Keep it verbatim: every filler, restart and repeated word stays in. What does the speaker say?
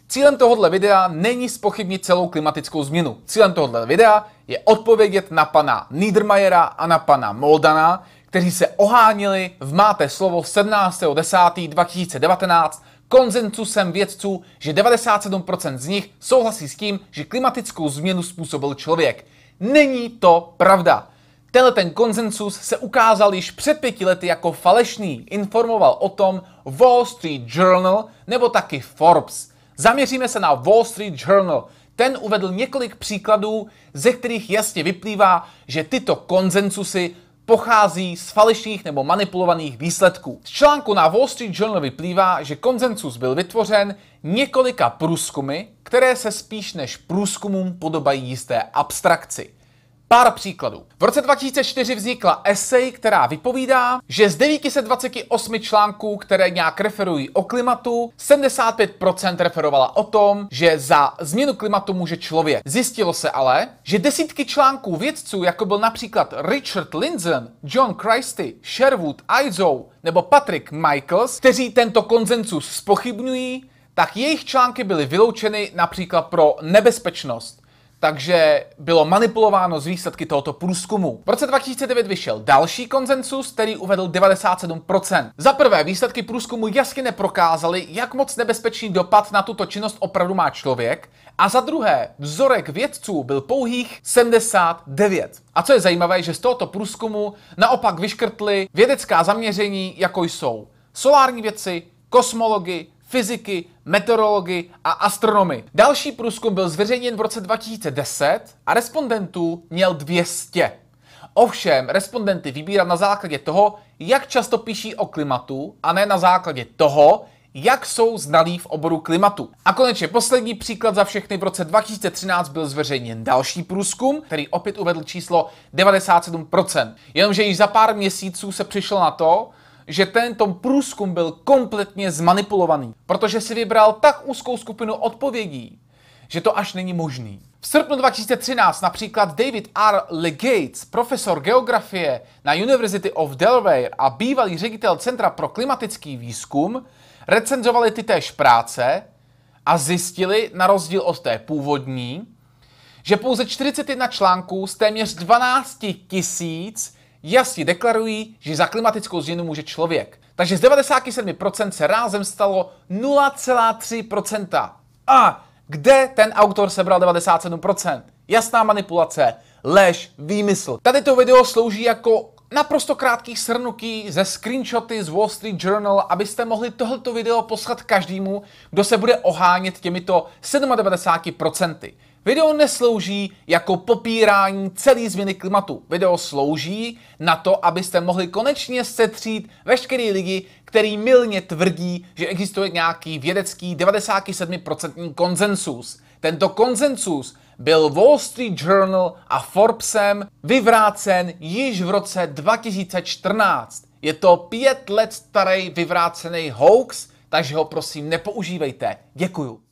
Cílem tohoto videa není zpochybnit celou klimatickou změnu. Cílem tohoto videa je odpovědět na pana Niedermayera a na pana Moldana, kteří se oháněli v Máte slovo sedmnáctého desátého dva tisíce devatenáct konsensusem vědců, že devadesát sedm procent z nich souhlasí s tím, že klimatickou změnu způsobil člověk. Není to pravda. Tenhle ten konsensus se ukázal již před pěti lety jako falešný, informoval o tom Wall Street Journal nebo taky Forbes. Zaměříme se na Wall Street Journal. Ten uvedl několik příkladů, ze kterých jasně vyplývá, že tyto konsensusy pochází z falešných nebo manipulovaných výsledků. Z článku na Wall Street Journal vyplývá, že konsensus byl vytvořen několika průzkumy, které se spíš než průzkumům podobají jisté abstrakci. Pár příkladů. V roce dva tisíce čtyři vznikla esej, která vypovídá, že z devět set dvacet osm článků, které nějak referují o klimatu, sedmdesát pět procent referovala o tom, že za změnu klimatu může člověk. Zjistilo se ale, že desítky článků vědců, jako byl například Richard Lindzen, John Christie, Sherwood Izzo nebo Patrick Michaels, kteří tento konsensus zpochybňují, tak jejich články byly vyloučeny například pro nebezpečnost. Takže bylo manipulováno z výsledky tohoto průzkumu. V roce dva tisíce devět vyšel další konsensus, který uvedl devadesát sedm procent. Za prvé, výsledky průzkumu jasně neprokázaly, jak moc nebezpečný dopad na tuto činnost opravdu má člověk. A za druhé, vzorek vědců byl pouhých sedmdesát devět. A co je zajímavé, že z tohoto průzkumu naopak vyškrtli vědecká zaměření, jako jsou solární vědci, kosmologi, fyziky, meteorologii a astronomii. Další průzkum byl zveřejněn v roce dva tisíce deset a respondentů měl dvě stě. Ovšem, respondenty vybíral na základě toho, jak často píší o klimatu, a ne na základě toho, jak jsou znalí v oboru klimatu. A konečně poslední příklad za všechny, v roce dva tisíce třináct byl zveřejněn další průzkum, který opět uvedl číslo devadesát sedm procent. Jenomže již za pár měsíců se přišlo na to, že tento průzkum byl kompletně zmanipulovaný, protože si vybral tak úzkou skupinu odpovědí, že to až není možný. V srpnu dva tisíce třináct například David R. Legates, profesor geografie na University of Delaware a bývalý ředitel Centra pro klimatický výzkum, recenzovali tytéž práce a zjistili, na rozdíl od té původní, že pouze čtyřicet jedna článků z téměř dvanáct tisíc jasně deklarují, že za klimatickou změnu může člověk. Takže z devadesát sedm procent se rázem stalo nula celá tři procenta. A kde ten autor sebral devadesát sedm procent? Jasná manipulace, lež, výmysl. Tady to video slouží jako naprosto krátký shrnutí ze screenshoty z Wall Street Journal, abyste mohli tohleto video poslat každému, kdo se bude ohánět těmito devadesát sedm procent. Video neslouží jako popírání celé změny klimatu. Video slouží na to, abyste mohli konečně setřít veškerý lidi, který mylně tvrdí, že existuje nějaký vědecký devadesát sedm procent konsensus. Tento konsensus byl Wall Street Journal a Forbesem vyvrácen již v roce dva tisíce čtrnáct. Je to pět let starý vyvrácený hoax, takže ho prosím nepoužívejte. Děkuju.